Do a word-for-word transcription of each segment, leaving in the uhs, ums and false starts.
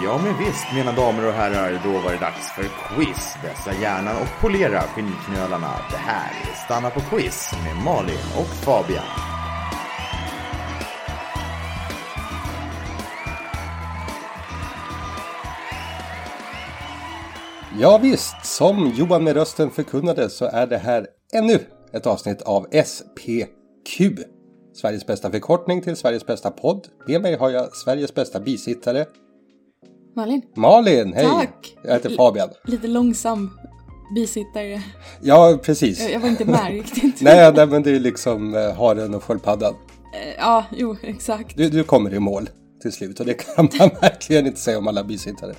Ja men visst, mina damer och herrar, då var det dags för quiz. Vässa hjärnan och polera geniknölarna. Det här är Stanna på quiz med Malin och Fabian. Ja visst, som Johan med rösten förkunnade så är det här ännu ett avsnitt av S P Q. Sveriges bästa förkortning till Sveriges bästa podd. Med mig har jag Sveriges bästa bisittare. Malin. Malin, hej. Tack. Jag heter Fabian. L- lite långsam bisittare. Ja, precis. Jag, jag var inte med riktigt. nej, nej, men det är liksom uh, haren och sköldpaddan. Uh, ja, jo, exakt. Du, du kommer i mål till slut och det kan man verkligen inte säga om alla bisittare.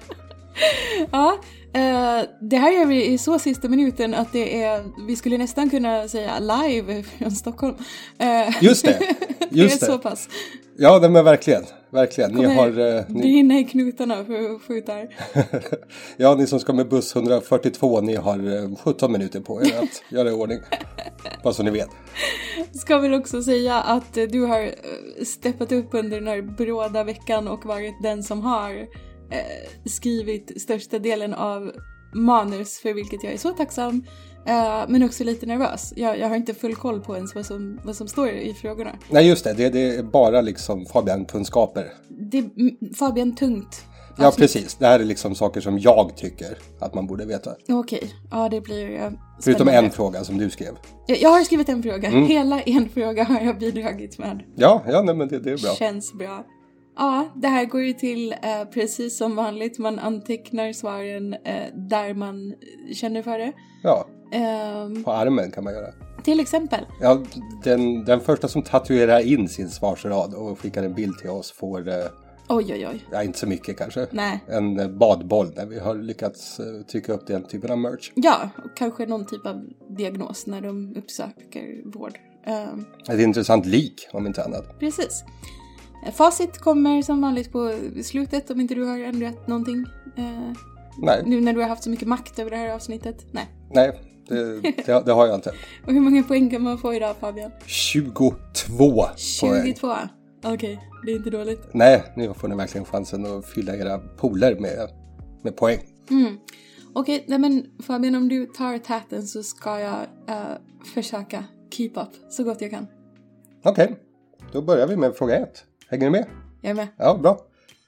Ja, uh, det här gör vi i så sista minuten att det är, vi skulle nästan kunna säga live från Stockholm. Uh, just det, just det. är det. så pass. Ja, nej, men verkligen, verkligen. Ni har... Uh, ni... brinna i knutarna för att skjuta här. Ja, ni som ska med buss etthundrafyrtiotvå, ni har uh, sjutton minuter på er att göra i ordning. Bara så ni vet. Ska väl också säga att du har steppat upp under den här bråda veckan och varit den som har Eh, skrivit största delen av manus, för vilket jag är så tacksam, eh, men också lite nervös. Jag, jag har inte full koll på ens vad som, vad som står i frågorna. Nej just det, det, det är bara liksom Fabian-kunskaper. Det är Fabian tungt. Ja avsnitt. Precis, det här är liksom saker som jag tycker att man borde veta. Okej, ja det blir uh, förutom en fråga som du skrev. Jag, jag har skrivit en fråga, mm. hela en fråga har jag bidragit med. Ja, ja nej, men det, det är bra. Känns bra. Ja, det här går ju till eh, precis som vanligt. Man antecknar svaren eh, där man känner för det. Ja, um, på armen kan man göra. Till exempel. Ja, den, den första som tatuerar in sin svarsrad och skickar en bild till oss får... Eh, oj, oj, oj. Ja, inte så mycket kanske. Nej. En eh, badboll när vi har lyckats eh, trycka upp den typen av merch. Ja, och kanske någon typ av diagnos när de uppsöker vård. Um, Ett intressant lik, om inte annat. Precis. Facit kommer som vanligt på slutet om inte du har ändrat någonting. Uh, Nej. Nu när du har haft så mycket makt över det här avsnittet. Nej. Nej, det, det, det har jag inte. Och hur många poäng kan man få idag, Fabian? tjugotvå tjugotvå? Okej, okay, det är inte dåligt. Nej, nu får ni verkligen chansen att fylla era poler med, med poäng. Mm. Okej, okay, men Fabian, om du tar täten så ska jag uh, försöka keep up så gott jag kan. Okej, okay. Då börjar vi med fråga ett. Hänger ni med? Jag är med. Ja, bra.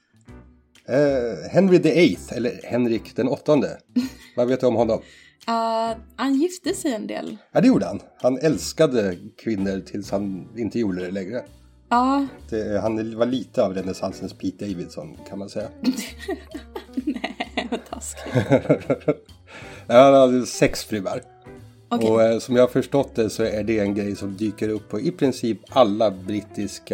Uh, Henry the eighth, eller Henrik den åttonde. Vad vet du om honom? Uh, han gifte sig en del. Ja, det gjorde han. Han älskade kvinnor tills han inte gjorde det längre. Ja. Det, han var lite av renässansens Pete Davidson, kan man säga. Nej, vad taskigt. Ja, han hade sex fruar. Okay. Och eh, som jag har förstått det så är det en grej som dyker upp på i princip alla brittiska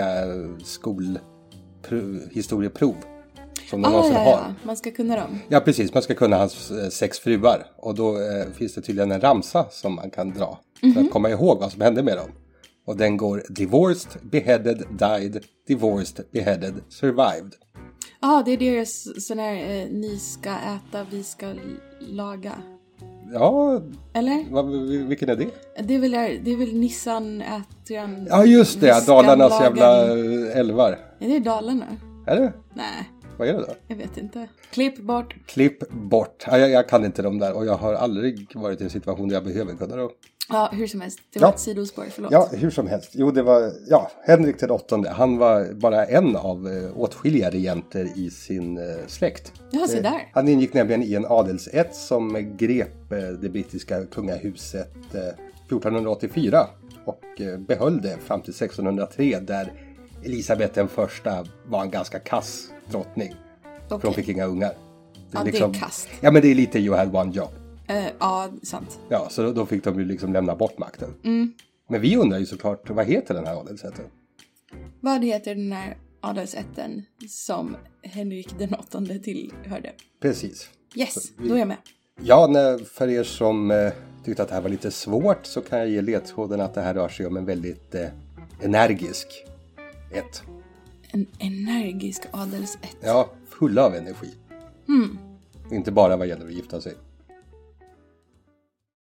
skolhistorieprov som de ah, någonsin ja, har. Ja. Man ska kunna dem. Ja, precis. Man ska kunna hans eh, sex fruar. Och då eh, finns det tydligen en ramsa som man kan dra mm-hmm. för att komma ihåg vad som hände med dem. Och den går divorced, beheaded, died, divorced, beheaded, survived. Ja, ah, det är deras sån här eh, ni ska äta, vi ska laga. Ja, eller? Vad, vilken är det? Det är väl, det är väl Nissan äter. Ja, just det. Dalarnas laga. Jävla älvar. Är det Dalarna? Är det? Nej. Vad är det då? Jag vet inte. Klipp bort. Klipp bort. Ja, jag, jag kan inte de där och jag har aldrig varit i en situation där jag behöver kunna dem. Ja, hur som helst. Det var ja. ett sidospår, förlåt. Ja, hur som helst. Jo, det var, ja, Henrik den åttonde. Han var bara en av eh, åtskilliga regenter i sin eh, släkt. Ja, så där. Han ingick nämligen i en adelsätt som grep eh, det brittiska kungahuset eh, fjorton åttiofyra och eh, behöll det fram till sextonhundratre där Elisabeth den första var en ganska kass drottning. Okay. För hon fick inga ungar. Det är, ja, liksom, det är kast. Ja, men det är lite you had one job. Uh, ja, sant. Ja, så då, då fick de ju liksom lämna bort makten. Mm. Men vi undrar ju såklart, vad heter den här adelsätten? Vad heter den här adelsätten som Henrik den åttonde tillhörde? Precis. Yes, vi... då är jag med. Ja, när, för er som eh, tyckte att det här var lite svårt så kan jag ge ledtråden att det här rör sig om en väldigt eh, energisk ett. En energisk adelsätt? Ja, full av energi. Mm. Inte bara vad gäller att gifta sig.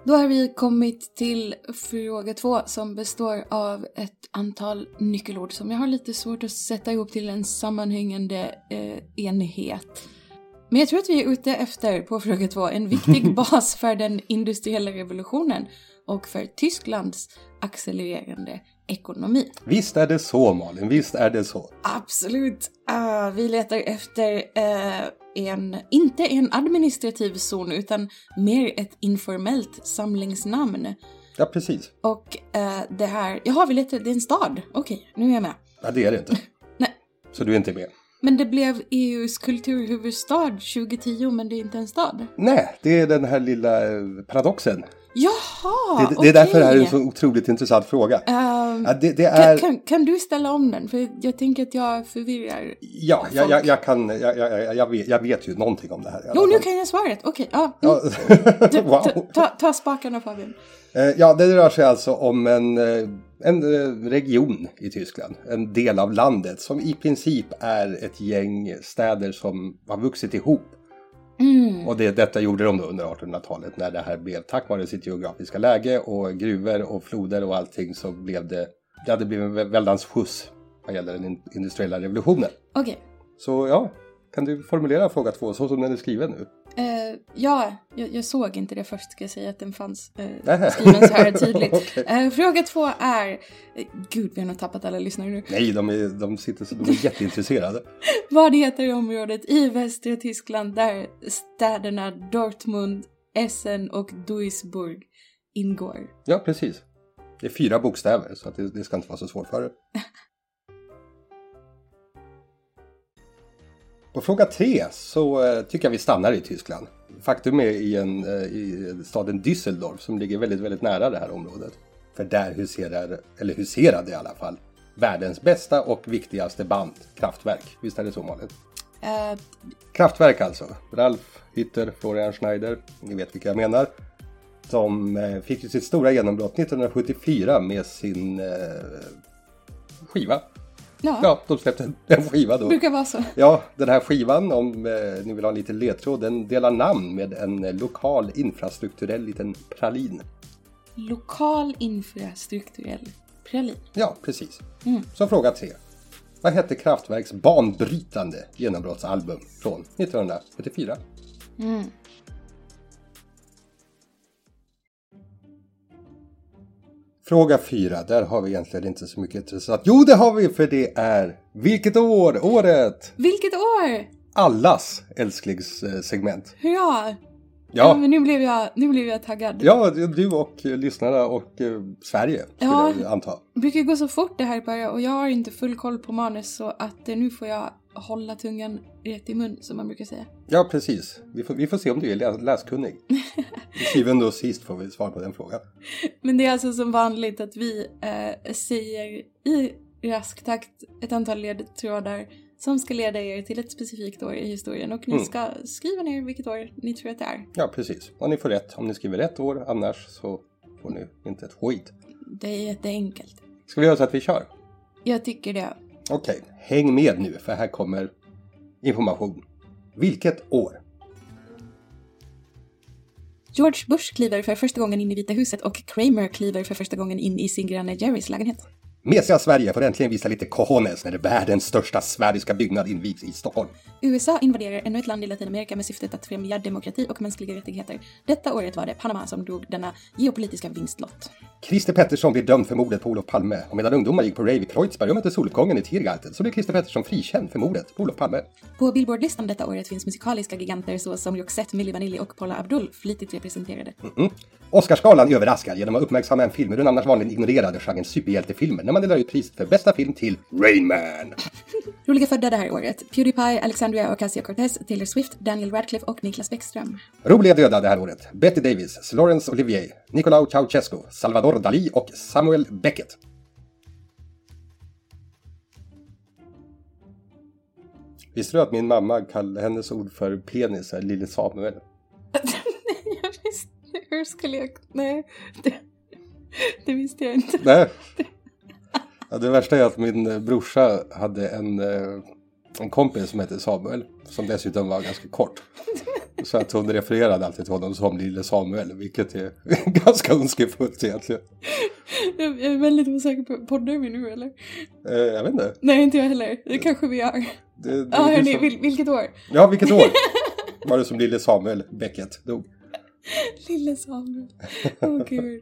Då har vi kommit till fråga två som består av ett antal nyckelord som jag har lite svårt att sätta ihop till en sammanhängande eh, enhet. Men jag tror att vi är ute efter, på fråga två, en viktig bas för den industriella revolutionen och för Tysklands accelererande ekonomi. Visst är det så, Malin, visst är det så. Absolut. Uh, vi letar efter uh, en, inte en administrativ zon utan mer ett informellt samlingsnamn. Ja, precis. Och uh, det här, jaha, vi letar, det är en stad. Okej, nu är jag med. Ja, det är det inte. Nej. Så du är inte med? Men det blev E U:s kulturhuvudstad tjugo tio, men det är inte en stad. Nej, det är den här lilla paradoxen. Jaha, Det, det okay. är därför det här är en så otroligt intressant fråga. Um, ja, det, det är... kan, kan, kan du ställa om den? För jag tänker att jag förvirrar. Ja, jag, jag, jag kan. Jag, jag, jag, vet, jag vet ju någonting om det här. Jo, nu kan jag svaret. Okej, okay, ja. Mm. ja. Wow. Ta, ta, ta spakarna, Fabian. Ja, det rör sig alltså om en, en region i Tyskland. En del av landet som i princip är ett gäng städer som har vuxit ihop. Mm. Och det, detta gjorde de då under artonhundratalet när det här blev, tack vare sitt geografiska läge och gruvor och floder och allting, så blev det, det hade blivit en väldans skjuts vad gäller den industriella revolutionen. Okej. Okay. Så ja, kan du formulera fråga två så som den är skriven nu? Uh, ja, jag, jag såg inte det först, ska jag säga att den fanns uh, skriven så här tydligt. okay. uh, fråga två är, uh, gud vi har nog tappat alla lyssnare nu. Nej, de är, de sitter så, de är jätteintresserade. Vad heter området i västra Tyskland där städerna Dortmund, Essen och Duisburg ingår? Ja, precis. Det är fyra bokstäver så att det, det ska inte vara så svårt för det. På fråga tre så uh, tycker jag vi stannar i Tyskland. Faktum är i, en, uh, i staden Düsseldorf som ligger väldigt, väldigt nära det här området. För där huserar, eller huserade i alla fall, världens bästa och viktigaste band, Kraftwerk. Visst är det så, Malin? Uh... Kraftwerk alltså. Ralf Hütter, Florian Schneider, ni vet vilka jag menar. De uh, fick ju sitt stora genombrott nittonhundrasjuttiofyra med sin uh, skiva. Ja. ja, de släppte en skiva då. Brukar vara så. Ja, den här skivan, om eh, ni vill ha en liten ledtråd, den delar namn med en eh, lokal infrastrukturell liten pralin. Lokal infrastrukturell pralin? Ja, precis. Mm. Så fråga tre. Vad hette Kraftwerks banbrytande genombrottsalbum från nittonhundrasjuttiofyra? Mm. Fråga fyra, där har vi egentligen inte så mycket intressant. Jo, det har vi, för det är vilket år? Året? Vilket år? Allas älsklingssegment. Ja. Ja. Ja, men nu blev jag, nu blev jag taggad. Ja, du och lyssnarna och eh, Sverige, skulle ja, jag anta. Det brukar gå så fort det här bara, och jag har inte full koll på manus, så att eh, nu får jag hålla tungan rätt i mun, som man brukar säga. Ja, precis. Vi får, vi får se om du är läs- läskunnig. Skriven då sist får vi svar på den frågan. Men det är alltså som vanligt att vi eh, säger i rask takt ett antal ledtrådar som ska leda er till ett specifikt år i historien. Och ni mm. ska skriva ner vilket år ni tror att det är. Ja, precis. Och ni får rätt om ni skriver rätt år. Annars så får ni inte ett skit. Det är jätteenkelt. Ska vi göra så att vi kör? Jag tycker det. Okej, okay. Häng med nu, för här kommer information. Vilket år? George Bush kliver för första gången in i Vita huset och Kramer kliver för första gången in i sin granne Jerrys lägenhet. Mesiga Sverige får äntligen visa lite cojones när det världens största sfäriska byggnad invigs i Stockholm. U S A invaderar ännu ett land i Latinamerika med syftet att främja demokrati och mänskliga rättigheter. Detta året var det Panama som drog denna geopolitiska vinstlott. Christer Pettersson blir dömd för mordet på Olof Palme. Och medan ungdomar gick på rave i Kreuzberg och mötte soluppgången i Tiergarten så blev Christer Pettersson frikänd för mordet på Olof Palme. På Billboardlistan detta året finns musikaliska giganter såsom Roxette, Milli Vanilli och Paula Abdul flitigt representerade. Mm-mm. Oscarsgalan överraskar genom att uppmärksamma en film ur den annars vanligen ignorerade genren superhjältefilmer när man delar ut pris för bästa film till Rain Man. Roliga födda det här året: Pewdiepie, Alexandria Ocasio-Cortez, Taylor Swift, Daniel Radcliffe och Niklas Bäckström. Roliga döda det här året: Betty Davis, Laurence Olivier, Nicolau Ceausescu, Salvador Dalí och Samuel Beckett. Visste du att min mamma kallade hennes ord för penis, lille Samuel? Nej, jag visste. Hur skulle jag... Nej, det, det visste jag inte. Nej. Ja, det värsta är att min brorsa hade en, en kompis som hette Samuel, som dessutom var ganska kort. Så att hon refererade alltid till honom som Lille Samuel, vilket är ganska ondskefullt egentligen. Jag är väldigt osäker på, poddar vi nu eller? Eh, jag vet inte. Nej, inte jag heller. Det kanske vi gör. Det, det Ja, hörni, som... vil, vilket år? Ja, vilket år? Var det som Lille Samuel Beckett dog? Lille Samuel. Åh oh, gud.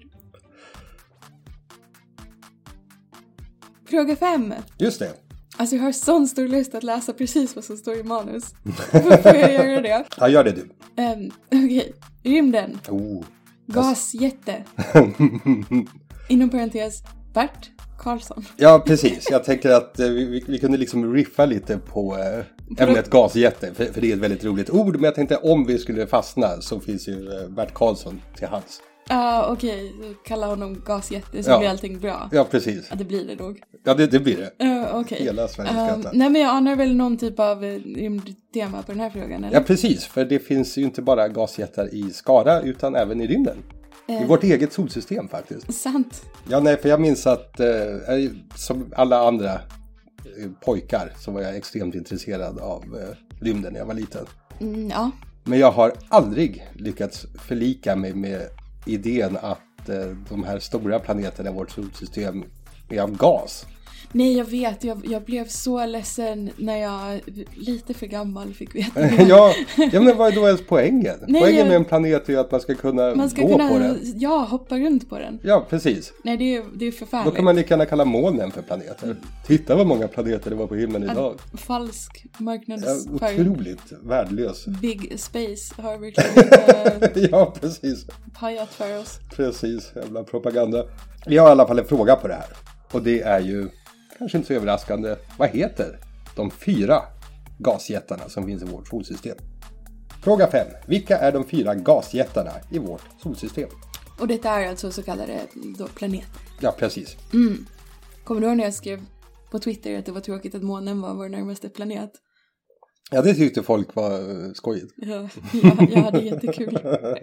Fråga fem. Just det. Alltså jag har sån stor lust att läsa precis vad som står i manus. Får jag göra det? Ja, gör det du. Um, Okej. Okay. Rymden. Oh. Gasjätte. Inom parentes. Bert Karlsson. Ja, precis. Jag tänker att eh, vi, vi kunde liksom riffa lite på eh, ämnet gasjätte. För, för det är ett väldigt roligt ord. Men jag tänkte om vi skulle fastna så finns ju eh, Bert Karlsson till hands. Ja, uh, okej. Okay. Kalla honom gasjätte så ja. blir allting bra. Ja, precis. Ja, det blir det nog. Ja, det, det blir det. Uh, okej. Okay. Hela Sverige skrattar. Um, nej, men jag anar väl någon typ av rymdtema på den här frågan, eller? Ja, precis. För det finns ju inte bara gasjättar i Skara utan även i rymden. Uh, I vårt eget solsystem faktiskt. Sant. Ja, nej, för jag minns att eh, som alla andra eh, pojkar så var jag extremt intresserad av eh, rymden när jag var liten. Mm, ja. Men jag har aldrig lyckats förlika mig med idén att eh, de här stora planeterna i vårt solsystem är av gas. Nej, jag vet. Jag, jag blev så ledsen när jag lite för gammal fick veta det. ja, ja, men vad är då ens poängen? Nej, poängen jag... med en planet är ju att man ska kunna man ska gå kunna, på den. Ja, hoppa runt på den. Ja, precis. Nej, det är, det är förfärligt. Då kan man lika gärna kalla molnen för planeter. Titta vad många planeter det var på himlen idag. En falsk marknadsföring. Ja, otroligt värdelös. Big Space har verkligen ja, precis. pajat för oss. Precis, jävla propaganda. Vi har i alla fall en fråga på det här. Och det är ju, kanske inte så överraskande, vad heter de fyra gasjättarna som finns i vårt solsystem? Fråga fem. Vilka är de fyra gasjättarna i vårt solsystem? Och detta är alltså så kallade då planeter. Ja, precis. Mm. Kommer du ihåg när jag skrev på Twitter att det var tråkigt att månen var vår närmaste planet? Ja, det tyckte folk var skojigt. Ja, jag, jag hade jättekul.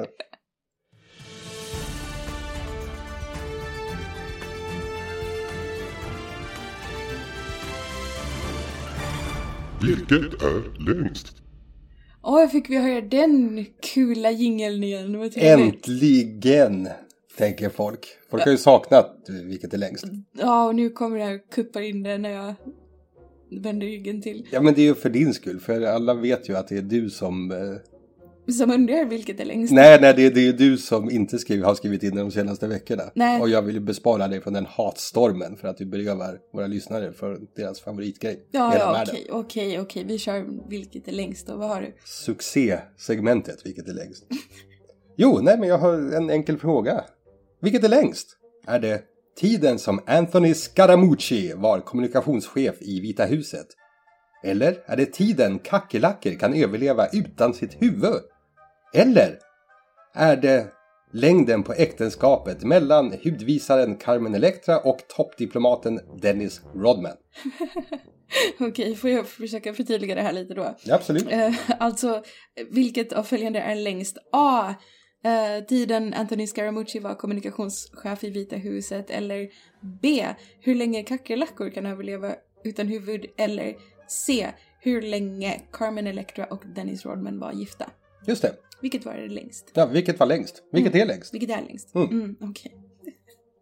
Vilket är längst? Åh, oh, fick vi höra den kula jingeln igen. Äntligen, tänker folk. Folk har ju saknat vilket är längst. Ja, och nu kommer det här kuppar in det när jag vänder ryggen till. Ja, men det är ju för din skull. För alla vet ju att det är du som... Eh... Som undrar vilket är längst. Nej, nej det, är, det är ju du som inte skriv, har skrivit in de senaste veckorna. Nej. Och jag vill ju bespara dig från den hatstormen för att du berövar våra lyssnare för deras favoritgrej. Ja, ja okej, okej, okej. Vi kör vilket är längst då. Vad har du? Succésegmentet, vilket är längst. Jo, nej men jag har en enkel fråga. Vilket är längst? Är det tiden som Anthony Scaramucci var kommunikationschef i Vita huset? Eller är det tiden kackerlackor kan överleva utan sitt huvud? Eller är det längden på äktenskapet mellan hudvisaren Carmen Electra och toppdiplomaten Dennis Rodman? Okej, får jag försöka förtydliga det här lite då? Ja, absolut. Uh, alltså, vilket av följande är längst? A. Uh, tiden Anthony Scaramucci var kommunikationschef i Vita huset. Eller B. Hur länge kackerlackor kan överleva utan huvud? Eller C. Hur länge Carmen Electra och Dennis Rodman var gifta? Just det. Vilket var det längst? Ja, vilket var längst? Vilket mm. är längst? Vilket är längst? Mm. Mm, okej. Okay.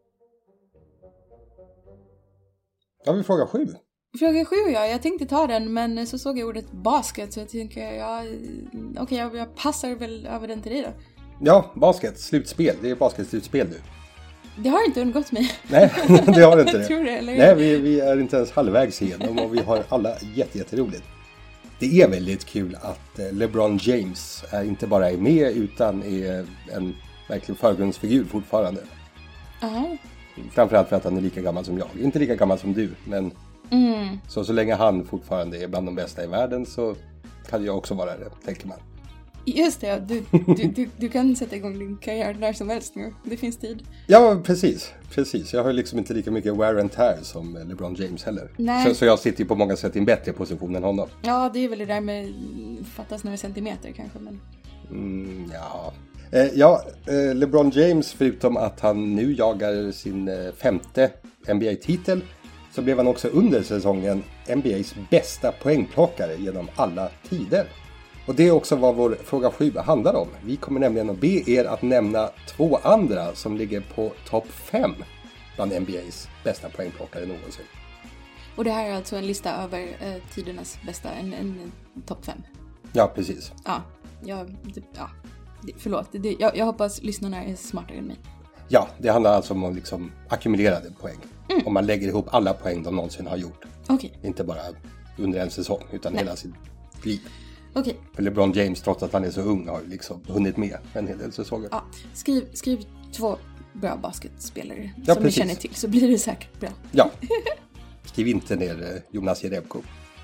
Ja, vi frågar sju. Fråga sju, ja. Jag tänkte ta den, men så såg jag ordet basket så jag tänker, ja, okej, okay, jag, jag passar väl över den till dig då. Ja, basket, slutspel. Det är basketslutspel nu. Det har inte undgått mig. Nej, det har inte det. Tror det, eller? Nej, vi, vi är inte ens halvvägs igenom och vi har alla jätte, jätteroligt. Det är väldigt kul att LeBron James är inte bara är med utan är en verkligen förgrundsfigur fortfarande. Aha. Framförallt för att han är lika gammal som jag. Inte lika gammal som du, men mm. så, så länge han fortfarande är bland de bästa i världen så kan jag också vara det, tänker man. Just det, du, du, du, du kan sätta igång din karriär när som helst nu. Det finns tid. Ja, precis. precis. Jag har liksom inte lika mycket wear and tear som LeBron James heller. Nej. Så, så jag sitter ju på många sätt i en bättre position än honom. Ja, det är väl det där med fattas några centimeter kanske. Men... Mm, ja, eh, ja eh, LeBron James, förutom att han nu jagar sin eh, femte N B A-titel, så blev han också under säsongen N B A:s bästa poängplockare genom alla tider. Och det är också vad vår fråga sju handlar om. Vi kommer nämligen att be er att nämna två andra som ligger på topp fem bland N B A:s bästa poängplockare någonsin. Och det här är alltså en lista över eh, tidernas bästa, en, en, en topp fem. Ja, precis. Ja, jag, det, ja. Det, förlåt. Det, jag, jag hoppas lyssnarna är smartare än mig. Ja, det handlar alltså om liksom ackumulerade poäng. Mm. Om man lägger ihop alla poäng de någonsin har gjort. Okej. Okay. Inte bara under en säsong, utan Nej. hela sitt liv. Okej. Okay. För LeBron James, trots att han är så ung, har ju liksom hunnit med en hel del säsonger. Ja, skriv, skriv två bra basketspelare ja, som precis. ni känner till, så blir det säkert bra. Ja. Skriv inte ner Jonas Jerebko.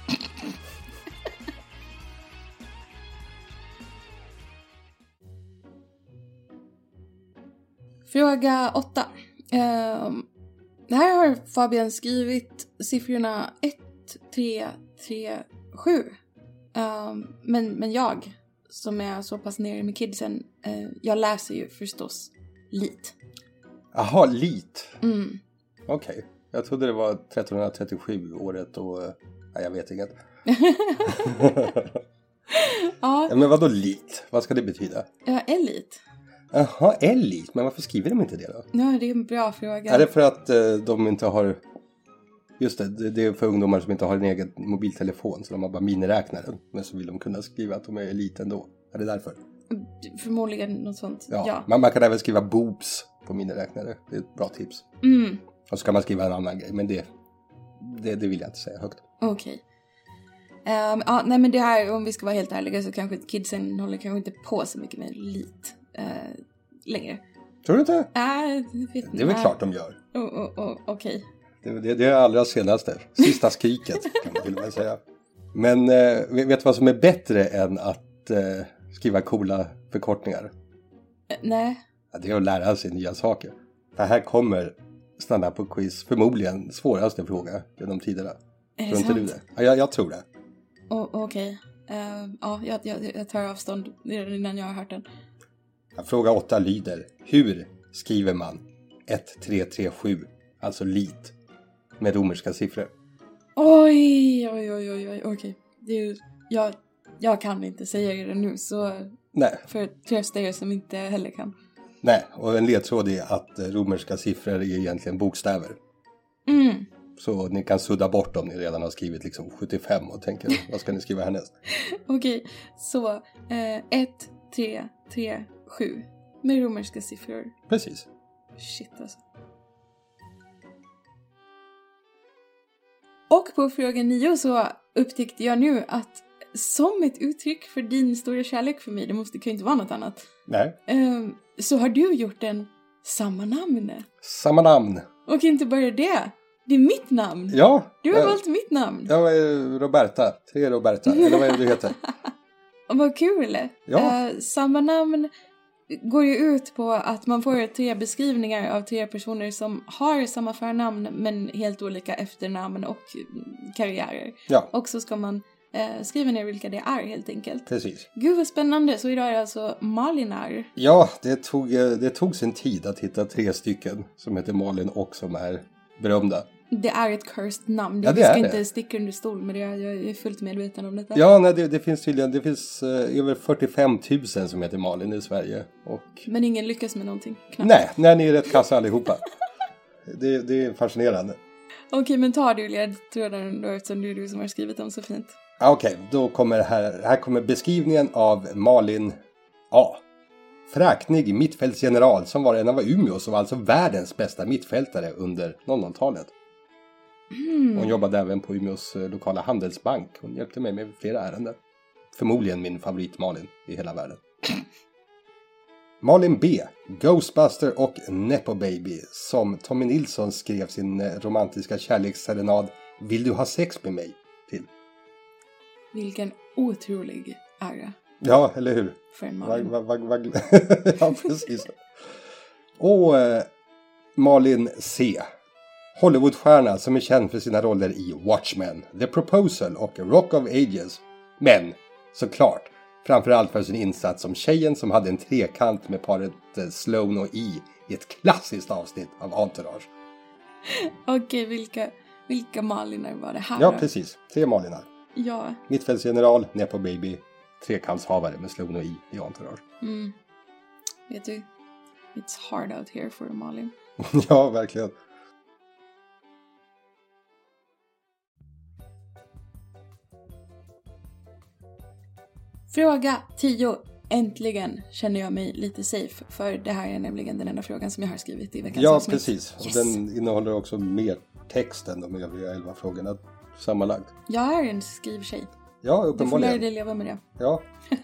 Fråga åtta. Uh, det här har Fabian skrivit siffrorna ett, tre, tre, sju. Uh, men, men jag, som är så pass nere med kidsen, uh, jag läser ju förstås lit. Jaha, lit? Mm. Okej. Okay. Jag trodde det var tretton trettiosju året och... Nej, jag vet inget. Ja. Men vadå lit? Vad ska det betyda? Ja, elit. Jaha, elit. Men varför skriver de inte det då? Ja, det är en bra fråga. Är det för att eh, de inte har... Just det, det är för ungdomar som inte har en egen mobiltelefon. Så de har bara miniräknaren. Men så vill de kunna skriva att de är elit ändå. Är det därför? Förmodligen något sånt, ja. ja. Man, man kan även skriva boobs på miniräknare. Det är ett bra tips. Mm. Och så kan man skriva en annan grej. Men det, det, det vill jag inte säga högt. Okej. Okay. Um, ja, nej men det här, om vi ska vara helt ärliga, så kanske kidsen håller kanske inte på så mycket med lit uh, längre. Tror du inte? Uh, vet det är väl uh, klart de gör. Oh, oh, oh, Okej. Okay. Det, det, det är allra senaste. Sista skriket kan man till och med säga. Men uh, vet du vad som är bättre än att uh, skriva coola förkortningar? Uh, nej. Ja, det är att lära sig nya saker. Det här kommer stanna på quiz förmodligen svåraste fråga genom tiderna. Är det tror sant? Inte du det? Ja, jag, jag tror det. Oh, Okej. Okay. Uh, ja, jag, jag, jag tar avstånd innan jag har hört den. Fråga åtta lyder. Hur skriver man ett tre tre sju, alltså lit, med romerska siffror? Oj, oj, oj, oj, oj. Okej. Okay. Jag, jag kan inte säga det nu, så... Nej. För trösta er som inte heller kan. Nej, och en ledtråd är att romerska siffror är egentligen bokstäver. Mm. Så ni kan sudda bort om ni redan har skrivit liksom sjuttiofem och tänker, vad ska ni skriva härnäst? Okej, okay, så ett, tre, tre, sju med romerska siffror. Precis. Shit alltså. Och på fråga nio så upptäckte jag nu att som ett uttryck för din stora kärlek för mig, det måste kan ju inte vara något annat. Nej. Um, så har du gjort en samma namn. Samma namn. Och inte bara det. Det är mitt namn. Ja. Du har äh, valt mitt namn. Ja, Roberta. Tre Roberta. Eller vad är det du heter? Vad kul. Ja. Uh, samma namn går ju ut på att man får tre beskrivningar av tre personer som har samma förnamn men helt olika efternamn och karriärer. Ja. Och så ska man uh, skriva ner vilka det är helt enkelt. Precis. Gud vad spännande. Så idag är det alltså Malinar. Ja, det tog, det tog sin tid att hitta tre stycken som heter Malin och som är berömda. Det är ett cursed namn. Ja, det jag ska är inte det. sticka under stol med det. Jag är fullt medveten om detta. Ja, nej, det, det finns tydligen det finns uh, över fyrtiofem tusen som heter Malin i Sverige. Och... Men ingen lyckas med någonting. Knappt. Nej, nej, ni är rätt kassa allihopa. det, det är fascinerande. Okej, okay, men tar du ledtråden då, eftersom det är du som har skrivit dem så fint. Okej, okay, då kommer här, här kommer beskrivningen av Malin A. Fräknig mittfältsgeneral som var en av Umeås och var alltså världens bästa mittfältare under nollan-talet. Mm. Hon jobbade även på Umeås lokala handelsbank. Hon hjälpte mig med flera ärenden. Förmodligen min favorit Malin i hela världen. Malin B. Ghostbuster och Nepo Baby. Som Tommy Nilsson skrev sin romantiska kärleksserenad Vill du ha sex med mig till. Vilken otrolig ära. Ja, eller hur? För en Malin. Va, va, va, va. Ja, precis. Och eh, Malin C. Hollywoodstjärna som är känd för sina roller i Watchmen, The Proposal och Rock of Ages. Men, såklart, framförallt för sin insats som tjejen som hade en trekant med paret Sloan och E i ett klassiskt avsnitt av Entourage. Okej, vilka, vilka Malinar var det här Ja, då? precis. Tre Malinar. Ja. Mittfältsgeneral, Nepo Baby, trekantshavare med Sloan och I i Entourage. Mm. Vet du, it's hard out here for Malin. Ja, verkligen. Fråga tio. Äntligen känner jag mig lite safe. För det här är nämligen den enda frågan som jag har skrivit i veckans Ja, avsnitt. precis. Yes. Och den innehåller också mer text än de övriga elva frågorna sammanlagt. Jag är en skrivtjej. Ja, Du får lära uppenbarligen. dig leva med det. Ja,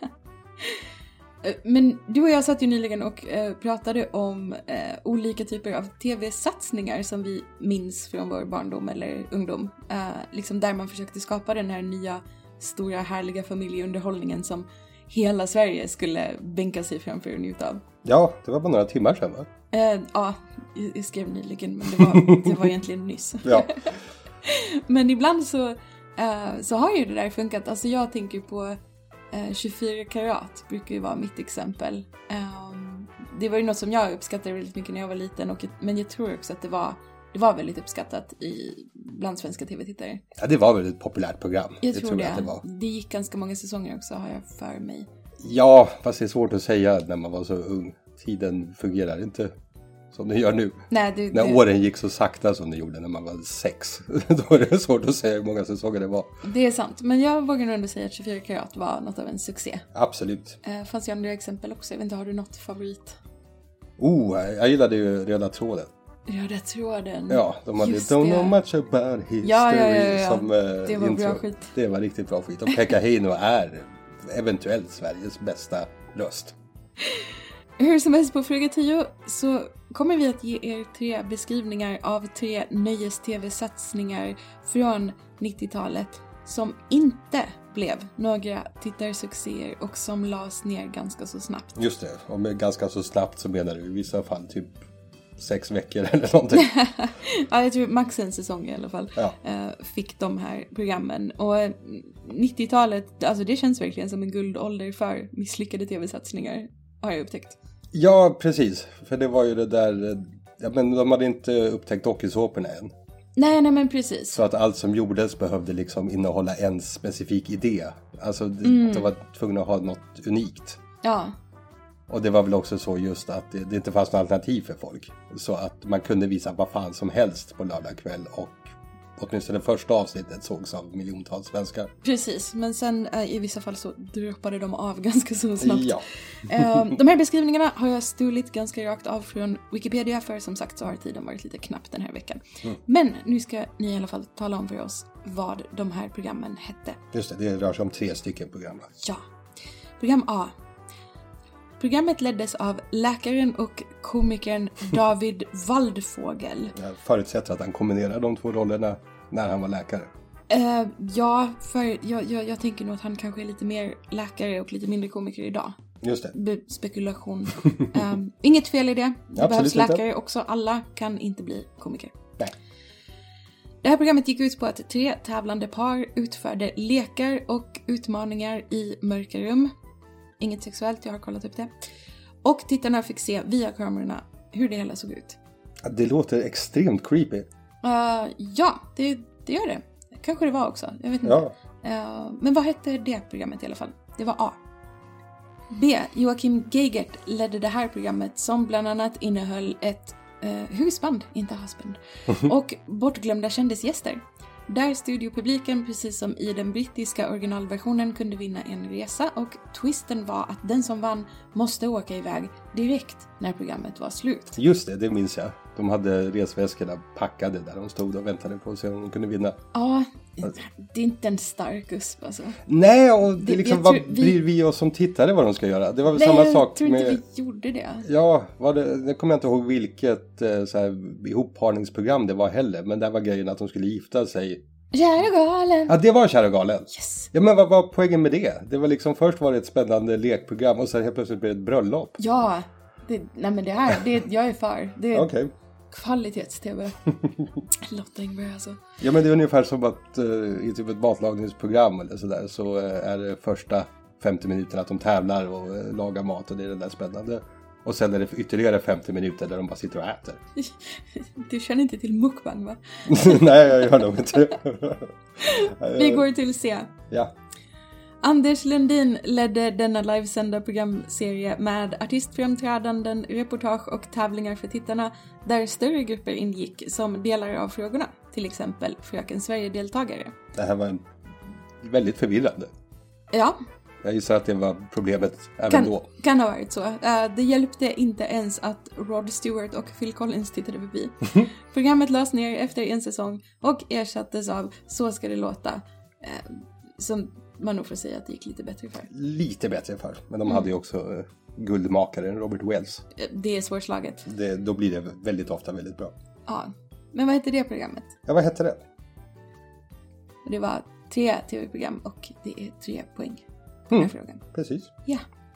Men du och jag satt ju nyligen och eh, pratade om eh, olika typer av tv-satsningar som vi minns från vår barndom eller ungdom. Eh, liksom där man försökte skapa den här nya, stora, härliga familjeunderhållningen som hela Sverige skulle bänka sig framför och njuta av. ja, det var bara några timmar sedan, va? Eh, ja, jag- jag skrev nyligen, men det var, det var egentligen nyss. Ja, Men ibland så, eh, så har ju det där funkat. Alltså jag tänker på eh, tjugofyra karat brukar ju vara mitt exempel. Um, det var ju något som jag uppskattade väldigt mycket när jag var liten. Och, men jag tror också att det var, det var väldigt uppskattat i, bland svenska tv-tittare. ja det var väl ett populärt program. Jag tror det. Jag att det var. Det gick ganska många säsonger också, har jag för mig. Ja, fast det är svårt att säga när man var så ung. Tiden fungerar inte som den gör nu. Nej, det, När det, åren gick så sakta som det gjorde när man var sex. Då är det svårt att säga hur många säsonger det var. det är sant. Men jag vågar nog ändå säga att tjugofyra karat var något av en succé. Absolut. Eh, fanns ju andra exempel också. Jag vet inte, har du något favorit? Oh, jag gillade ju Röda tråden. Röda tråden. Ja, de hade Just Don't det. know much about history. Ja, ja, ja, ja. Som, eh, Det var intro. bra skit. Det var riktigt bra skit. Och Pekka Heino är eventuellt Sveriges bästa röst. Hur som helst, på fråga tio så kommer vi att ge er tre beskrivningar av tre nöjes-tv-satsningar från nittiotalet som inte blev några tittarsuccéer och som lades ner ganska så snabbt. Just det, och med ganska så snabbt så menar du i vissa fall typ sex veckor eller någonting. Ja, jag tror max en säsong i alla fall Ja. eh, fick de här programmen. Och eh, nittiotalet, alltså det känns verkligen som en guldålder för misslyckade tv-satsningar, har jag upptäckt. Ja, precis. För det var ju det där... eh, Ja, men de hade inte upptäckt dokusåporna än. Nej, nej men precis. Så att allt som gjordes behövde liksom innehålla en specifik idé. Alltså de, Mm. de var tvungna att ha något unikt. Ja, Och det var väl också så just att det, det inte fanns något alternativ för folk. Så att man kunde visa vad fan som helst på lördag kväll. Och åtminstone det första avsnittet sågs av miljontals svenskar. precis. Men sen eh, i vissa fall så droppade de av ganska så snabbt. Ja. Eh, de här beskrivningarna har jag stulit ganska rakt av från Wikipedia, för som sagt så har tiden varit lite knapp den här veckan. Mm. Men nu ska ni i alla fall tala om för oss vad de här programmen hette. Just det, det rör sig om tre stycken program. Ja. Program A. Programmet leddes av läkaren och komikern David Waldfågel. Jag förutsätter att han kombinerar de två rollerna när han var läkare. Eh, ja, för jag, jag, jag tänker nog att han kanske är lite mer läkare och lite mindre komiker idag. Just det. Be- spekulation. um, inget fel i det. Det Absolut behövs inte. läkare också. Alla kan inte bli komiker. Nej. Det här programmet gick ut på att tre tävlande par utförde lekar och utmaningar i mörka rum. Inget sexuellt, jag har kollat upp det. Och tittarna fick se via kamerorna hur det hela såg ut. Det låter extremt creepy. Uh, ja, det, det gör det. Kanske det var också. Jag vet inte. Ja. Uh, men vad hette det programmet i alla fall? Det var A. B. Joakim Geigert ledde det här programmet som bland annat innehöll ett uh, husband, inte husband, och bortglömda kändisgäster. Där studiopubliken, precis som i den brittiska originalversionen, kunde vinna en resa, och twisten var att den som vann måste åka iväg direkt när programmet var slut. Just det, det minns jag. De hade resväskorna packade där de stod och väntade på att se om de kunde vinna. Ja, det är inte en stark usp alltså. Nej, och det Det- är liksom, jag vad tror vi- bryr vi oss som tittare vad de ska göra? Det var väl Nej, samma jag sak tror inte med... vi gjorde det. Ja, var det, jag kommer inte ihåg vilket eh, så här, ihopparningsprogram det var heller. Men där var grejen att de skulle gifta sig. Kär och galen. Ja, det var Kär och galen. Yes. Ja, men vad var poängen med det? Det var liksom, först var det ett spännande lekprogram och sen helt plötsligt blev det ett bröllop. Ja, det, nej men det här, det, jag är för. Det är Okej. kvalitets-tv. Lotta Engberg alltså. Ja, men det är ungefär som att uh, i typ ett matlagningsprogram eller sådär så uh, är det första femtio minuterna att de tävlar och uh, lagar mat och det är det där spännande. Och sen är det ytterligare femtio minuter där de bara sitter och äter. Du känner inte till mukbang va? Nej, jag gör nog inte det. Vi går till C. Ja, Anders Lundin ledde denna livesända programserie med artistframträdanden, reportage och tävlingar för tittarna där större grupper ingick som delar av frågorna, till exempel Fröken Sverige-deltagare. Det här var väldigt förvirrande. Ja. Jag gissar att det var problemet även kan, då. Kan ha varit så. Uh, det hjälpte inte ens att Rod Stewart och Phil Collins tittade förbi. Programmet lades ner efter en säsong och ersattes av Så ska det låta. Uh, som man nog får säga att det gick lite bättre för. Lite bättre för. Men de mm. hade ju också uh, guldmakaren Robert Wells. Uh, det är svårslaget. Det, då blir det väldigt ofta väldigt bra. Ja. Men vad hette det programmet? Ja, vad hette det? Det var tre tv-program och det är tre poäng. Mm. Frågan. Precis. Ja.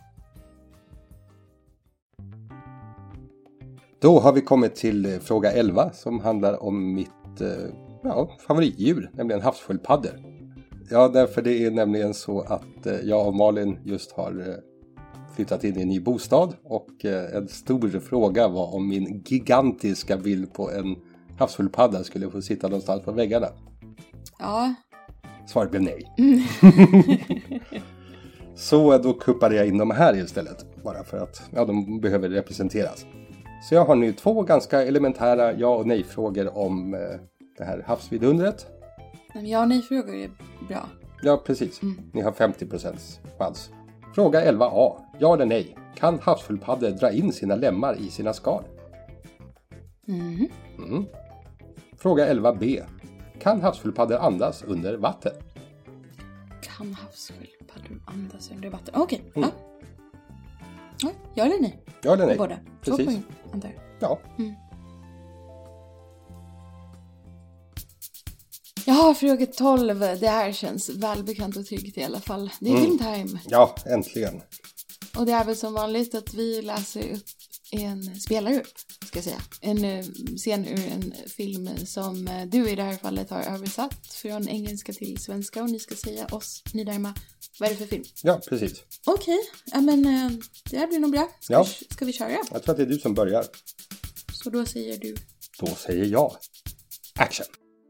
Då har vi kommit till fråga elva som handlar om mitt eh, ja, favoritdjur, nämligen havssköldpaddor. Ja, därför det är nämligen så att eh, jag och Malin just har eh, flyttat in i en ny bostad och eh, en stor fråga var om min gigantiska bild på en havssköldpadda skulle få sitta någonstans på väggarna. Ja. Svaret blev nej. Mm. Så då kuppade jag in dem här istället. Bara för att ja, de behöver representeras. Så jag har nu två ganska elementära ja- och nej-frågor om eh, det här havsvidundret. Ja och nej-frågor är bra. Ja, precis. Mm. Ni har femtio procent chans. Fråga elva A. Ja eller nej. Kan havssköldpaddor dra in sina lemmar i sina skal? Mm. Mm. Fråga elva B. Kan havssköldpaddor andas under vatten? Kan havssköldpaddor andas under vatten? Okej, okay. mm. ja. ja. Ja eller nej? Ja eller nej. Båda. Precis. Två poäng, antar jag. Ja. Mm. Jaha, fråga tolv. Det här känns välbekant och tryggt i alla fall. Det är mm. filmtime. Ja, äntligen. Och det är väl som vanligt att vi läser upp en, spelar upp, ska jag säga. En uh, scen ur en film som uh, du i det här fallet har översatt från engelska till svenska. Och ni ska säga oss, ni där hemma, vad är det för film? Ja, precis. Okej, okay. ja men uh, det här blir nog bra. Ska, ja. vi, ska vi köra? Jag tror att det är du som börjar. Så då säger du? Då säger jag. Action.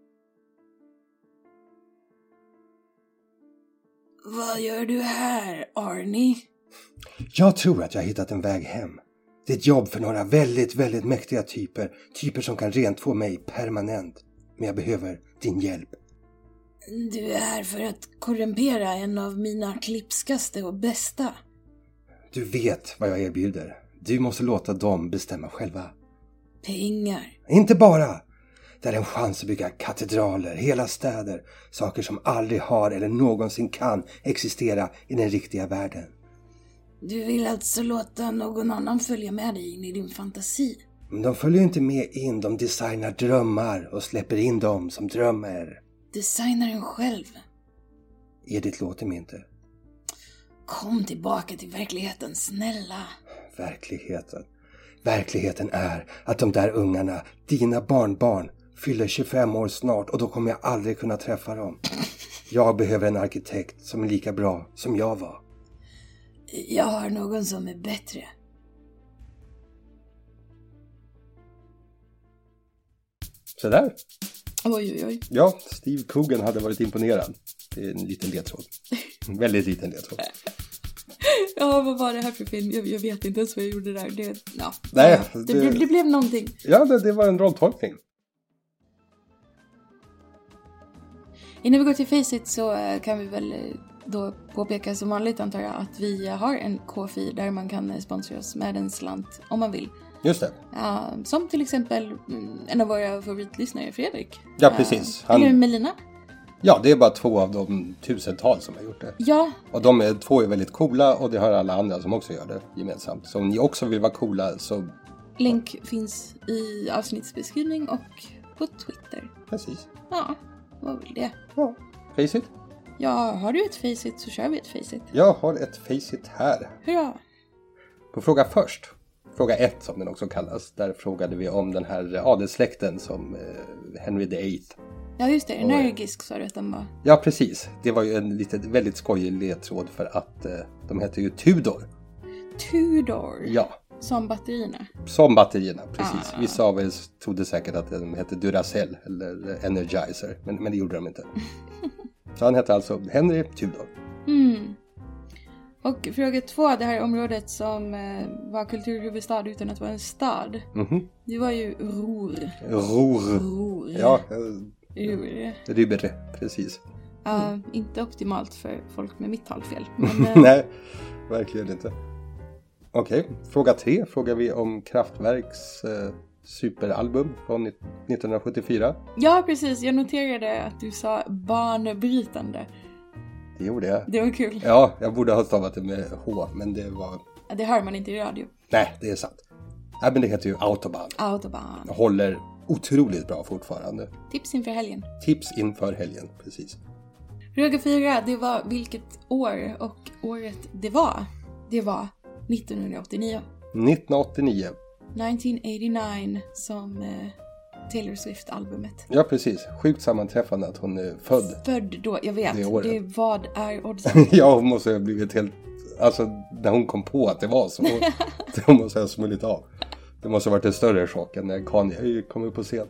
Vad gör du här, Arnie? Jag tror att jag har hittat en väg hem. Det är ett jobb för några väldigt, väldigt mäktiga typer. Typer som kan rentvå mig permanent. Men jag behöver din hjälp. Du är här för att korrumpera en av mina klipskaste och bästa. Du vet vad jag erbjuder. Du måste låta dem bestämma själva. Pengar. Inte bara. Det är en chans att bygga katedraler, hela städer. Saker som aldrig har eller någonsin kan existera i den riktiga världen. Du vill alltså låta någon annan följa med dig in i din fantasi? Men de följer inte med in, de designar drömmar och släpper in dem som drömmer. Designar den själv? Edith låter mig inte. Kom tillbaka till verkligheten, snälla. Verkligheten. Verkligheten är att de där ungarna, dina barnbarn, fyller tjugofem år snart och då kommer jag aldrig kunna träffa dem. Jag behöver en arkitekt som är lika bra som jag var. Jag har någon som är bättre. Så där. Oj, oj, oj. Ja, Steve Coogan hade varit imponerad. Det är en liten ledtråd. En väldigt liten ledtråd. Ja, vad var det här för film? Jag, jag vet inte ens vad jag gjorde där. Det, ja. Nej, det, det, det, det blev någonting. Ja, det, det var en rolltolkning. Innan vi går till Faceit så kan vi väl då påpeka som vanligt, antar jag, att vi har en K F I där man kan sponsra oss med en slant om man vill. Just det. Ja, som till exempel en av våra favoritlyssnare, Fredrik. Ja, precis. Han... Eller Melina. Ja, det är bara två av de tusentals som har gjort det. Ja. Och de är, två är väldigt coola och det har alla andra som också gör det gemensamt. Så om ni också vill vara coola så... Länk finns i avsnittsbeskrivning och på Twitter. Precis. Ja, vad vill det? Ja, Faceit. Ja, har du ett Faceit så kör vi ett Faceit. Jag har ett Faceit här. Hurra! På fråga först. Fråga ett som den också kallas. Där frågade vi om den här adelssläkten som eh, Henry the Eighth. Ja just det, energisk sa du att den var. Ja precis, det var ju en lite, väldigt skojig ledtråd för att eh, de heter ju Tudor. Tudor? Ja. Som batterierna? Som batterierna, precis. Ah. Vissa av er trodde säkert att de hette Duracell eller Energizer, men, men det gjorde de inte. Så han hette alltså Henry Tudor. Mm. Och fråga två, det här området som eh, var kulturhuvudstad utan att vara en stad. Mm-hmm. Det var ju Ruhr. Ruhr. Ruhr. Ja, Ruhr. Rüber, precis. Uh, mm. Inte optimalt för folk med mitt talfel. Men, eh... Nej, verkligen inte. Okej, okay. Fråga tre frågar vi om Kraftwerks eh, superalbum från nittonhundrasjuttiofyra. Ja, precis. Jag noterade att du sa banbrytande. Det gjorde jag. Det var kul. Ja, jag borde ha stavat det med H, men det var... Det hör man inte i radio. Nej, det är sant. Nej, men det heter ju Autobahn. Autobahn. Håller otroligt bra fortfarande. Tips inför helgen. Tips inför helgen, precis. Fråga fyra, det var vilket år, och året det var. Det var nittonhundraåttionio. nittonhundraåttionio. nittonhundraåttionio som eh, Taylor Swift-albumet. Ja, precis. Sjukt sammanträffande att hon är född. Född då, jag vet. Det året. Det, vad är oddsen? Ja, hon måste ha blivit helt... Alltså, när hon kom på att det var så. Hon måste ha smullit av. Det måste ha varit en större chock än när Kanye kom upp på scen.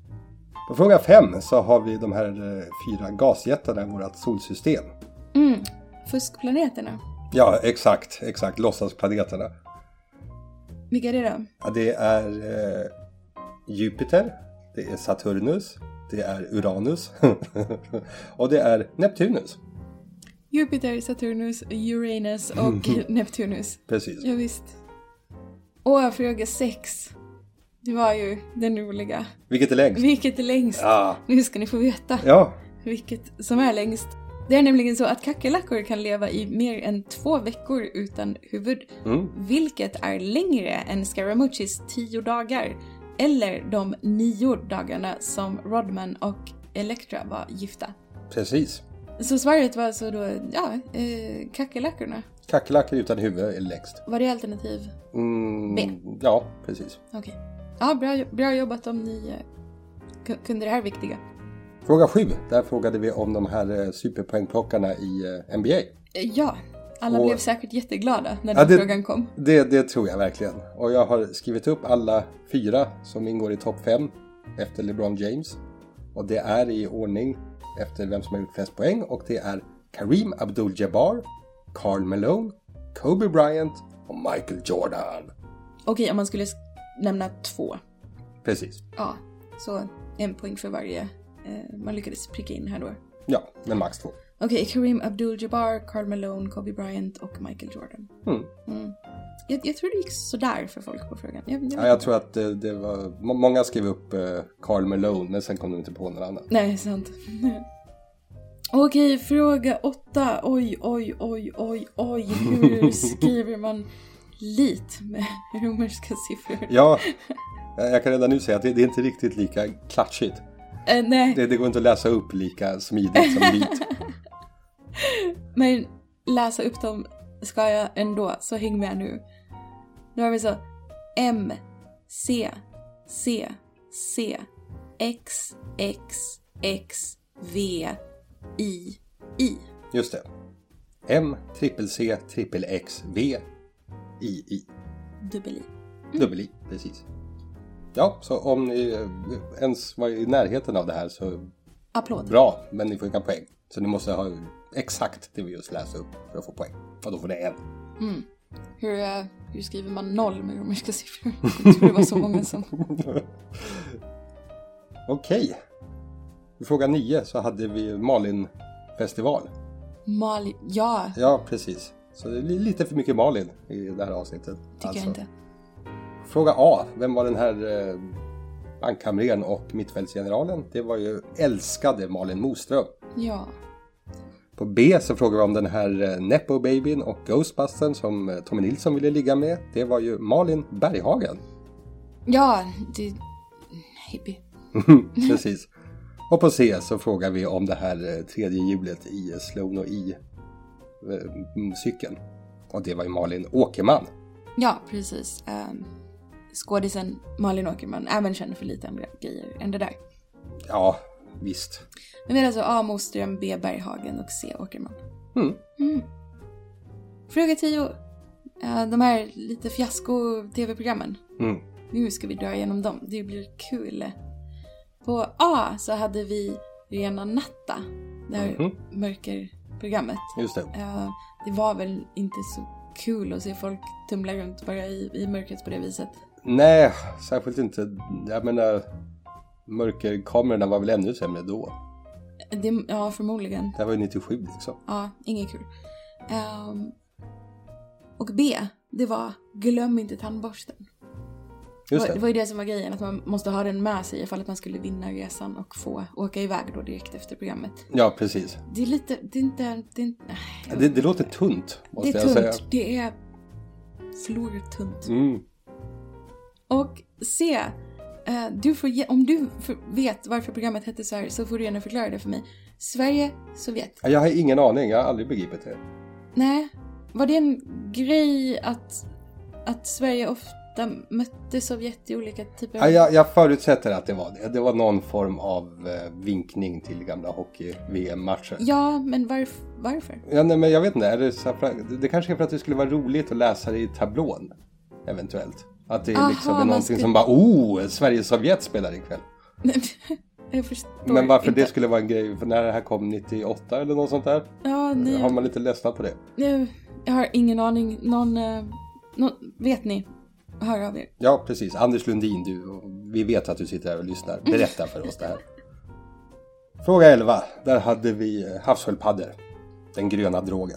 På fråga fem så har vi de här eh, fyra gasjättarna i vårt solsystem. Mm, fuskplaneterna. Ja, exakt. Exakt. Låtsasplaneterna. Vilka är det då? Ja, det är eh, Jupiter. Det är Saturnus. Det är Uranus. Och det är Neptunus. Jupiter, Saturnus, Uranus och Neptunus. Precis. Ja, visst. Och fråga sex. Det var ju den roliga. Vilket är längst? Vilket är längst? Ja. Nu ska ni få veta. Ja. Vilket som är längst. Det är nämligen så att kackerlackor kan leva i mer än två veckor utan huvud. Mm. Vilket är längre än Scaramuccis tio dagar. Eller de nio dagarna som Rodman och Elektra var gifta. Precis. Så svaret var så då, ja, eh, kackerlackorna. Kackerlackor utan huvud är längst. Var det alternativ Mm, B? Ja, precis. Okej. Okay. Ja, bra, bra jobbat om ni eh, k- kunde det här viktiga. Fråga sju. Där frågade vi om de här eh, superpoängplockarna i eh, N B A. Eh, ja, alla Och, blev säkert jätteglada när ja, den det, frågan kom. Det, det tror jag verkligen. Och jag har skrivit upp alla fyra som ingår i topp fem efter LeBron James. Och det är i ordning efter vem som har gjort flest poäng. Och det är Kareem Abdul-Jabbar, Karl Malone, Kobe Bryant och Michael Jordan. Okej, om man skulle nämna två. Precis. Ja, så en poäng för varje. Eh, man lyckades pricka in här då. Ja, men max två. Okej, Kareem Abdul-Jabbar, Karl Malone, Kobe Bryant och Michael Jordan. Mm. Mm. Jag, jag tror det gick sådär för folk på frågan. Jag, jag, ja, jag tror att det, det var... Må, många skrev upp eh, Karl Malone, men sen kom de inte på någon annan. Nej, sant. Okej, fråga åtta. Oj, oj, oj, oj, oj. Hur skriver man lit med romerska siffror? Ja, jag kan redan nu säga att det, det är inte riktigt lika klatschigt. Uh, nej. Det, det går inte att läsa upp lika smidigt som lit. Men läsa upp dem ska jag ändå, så häng med nu. Nu har vi så M, C, C, C, X, X, X, V, I, I. Just det. M, trippel C, trippel X, V, I, I. Dubbel I. Mm. Dubbel I, precis. Ja, så om ni ens var i närheten av det här så... Applåd. Bra, men ni får inga poäng. Så ni måste ha exakt det vi just läste upp för att få poäng. Och då får det en. Mm. Hur, uh, hur skriver man noll med romerska siffror? Jag tror det var så många som... Okej. I fråga nio så hade vi Malin-festival. Malin, ja. Ja, precis. Så det är lite för mycket Malin i det här avsnittet. Tycker alltså. jag inte. Fråga A. Vem var den här eh, bankkamrern och mittfältsgeneralen? Det var ju älskade Malin Moström. Ja. På B så frågar vi om den här eh, Nepo-babyn och Ghostbustern som eh, Tommy Nilsson ville ligga med. Det var ju Malin Berghagen. Ja, det... Hippie. Precis. Och på C så frågar vi om det här eh, tredje hjulet i Sloan och i eh, cykeln. Och det var ju Malin Åkerman. Ja, precis. Um, skådisen Malin Åkerman, även känd för lite andra grejer än det där. Ja, visst. Men det är alltså A. Moström, B. Berghagen och C. Åkerman. Mm. Mm. Fråga tio. Uh, de här lite fiasko-tv-programmen. Mm. Nu ska vi dra igenom dem. Det blir kul. På A så hade vi Rena Natta. Där Mm. mörker programmet. Just det. Uh, det var väl inte så kul att se folk tumla runt bara i, i mörkret på det viset. Nej, särskilt inte. Jag menar, mörkerkamerorna var väl ännu sämre då. Det, ja, förmodligen. Det var ju nittiosju liksom. Ja, inget kul. Um, och B, det var glöm inte tandborsten. Just det. Det var ju det som var grejen, att man måste ha den med sig ifall att man skulle vinna resan och få åka iväg då direkt efter programmet. Ja, precis. Det är lite, det är inte... Det, är inte, nej, det, det låter tunt, måste det är jag tunt, säga. det är flortunt. Mm. Och C, uh, du får ge, om du för, vet varför programmet hette så här, så får du gärna förklara det för mig. Sverige, Sovjet. Jag har ingen aning, jag har aldrig begripit det. Nej, var det en grej att, att Sverige ofta mötte Sovjet i olika typer av... Ja, jag, jag förutsätter att det var det. Det var någon form av eh, vinkning till gamla hockey-V M-matcher. Ja, men varf- varför? Ja, nej, men jag vet inte. Är det, så för, det kanske är för att det skulle vara roligt att läsa det i tablån. Eventuellt. Att det Aha, liksom är någonting skulle... som bara, oh, Sverige-Sovjet spelar ikväll. Jag förstår Men varför inte. det skulle vara en grej, för när det här kom nittioåtta eller något sånt där, Ja, nej, har man lite ledsnat på det. jag, jag har ingen aning. Någon, eh, någon, vet ni? Hör av er. Ja, precis. Anders Lundin, du, och vi vet att du sitter här och lyssnar. Berätta för oss det här. Fråga elva. Där hade vi havssköldpaddor. Den gröna drogen.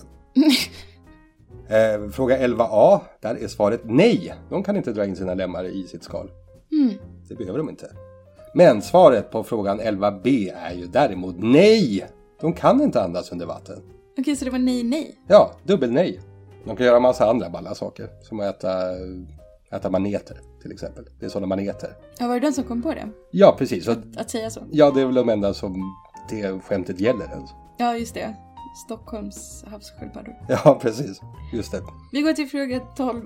eh, fråga elva A. Där är svaret nej. De kan inte dra in sina lemmar i sitt skal. Mm. Det behöver de inte. Men svaret på frågan elva B är ju däremot nej. De kan inte andas under vatten. Okej, så det var nej, nej. Ja, dubbel nej. De kan göra massa andra balla saker. Som att äta, äta maneter till exempel. Det är sådana maneter. Ja, var det den som kom på det? Ja, precis. Så, Att säga så? ja, det är väl de enda som det skämtet gäller. Alltså. Ja, just det. Stockholms havssköldpaddor. Ja, precis. Just det. Vi går till fråga tolv.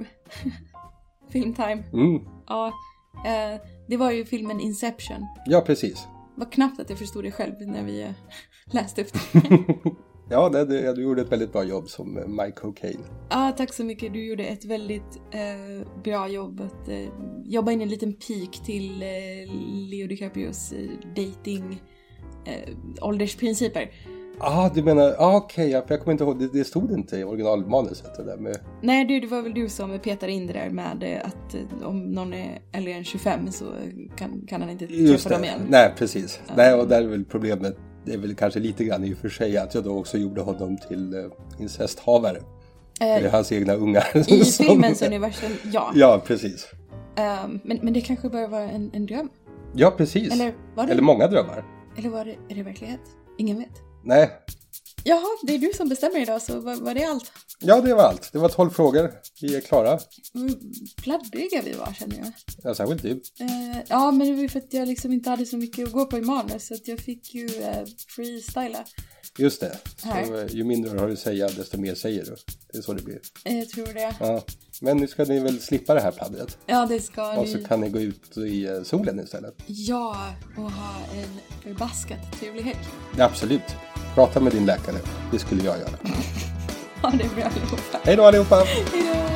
Filmtime. Mm. Ja, eh, det var ju filmen Inception. Ja, precis. Det var knappt att jag förstod det själv när vi eh, läste upp det. Ja, det, det, du gjorde ett väldigt bra jobb som Mike Cocaine. Ja, tack så mycket. Du gjorde ett väldigt eh, bra jobb att eh, jobba in en liten pik till eh, Leo DiCaprios eh, dating eh, åldersprinciper. Ah, du menar, ah, okej, okay, jag kommer inte ihåg, det, det stod inte i originalmanuset det där med... Nej, du, det var väl du som petade in det där med eh, att eh, om någon är äldre än tjugofem så kan, kan han inte träffa dem igen. Nej, precis. Ja. Nej, och där är väl problemet, det är väl kanske lite grann i och för sig att jag då också gjorde honom till uh, incesthavare. Eh, Eller hans egna ungar. I som... filmens universum, ja. Ja, precis. Um, men, men det kanske bara var en, en dröm. Ja, precis. Eller var det? Eller många drömmar. Eller var det, är det verklighet? Ingen vet. Nej. Jaha, det är du som bestämmer idag, så var, var det allt? Ja, det var allt. Det var tolv frågor. Vi är klara. Mm, pladdriga vi var, känner jag. Ja, särskilt du. Uh, ja, men det var för att jag liksom inte hade så mycket att gå på i manus, så att jag fick ju uh, freestyla. Just det. Här. Så, ju mindre du har att säga, desto mer säger du. Det är så det blir. Jag tror det. Ja. Men nu ska ni väl slippa det här pladdret. Ja, det ska Och ni. så kan ni gå ut i uh, solen istället. Ja, och ha en förbaskat trevlig helg. Ja, absolut. Prata med din läkare. Det skulle jag göra. Ha det bra allihopa. Hej då allihopa! Hej då!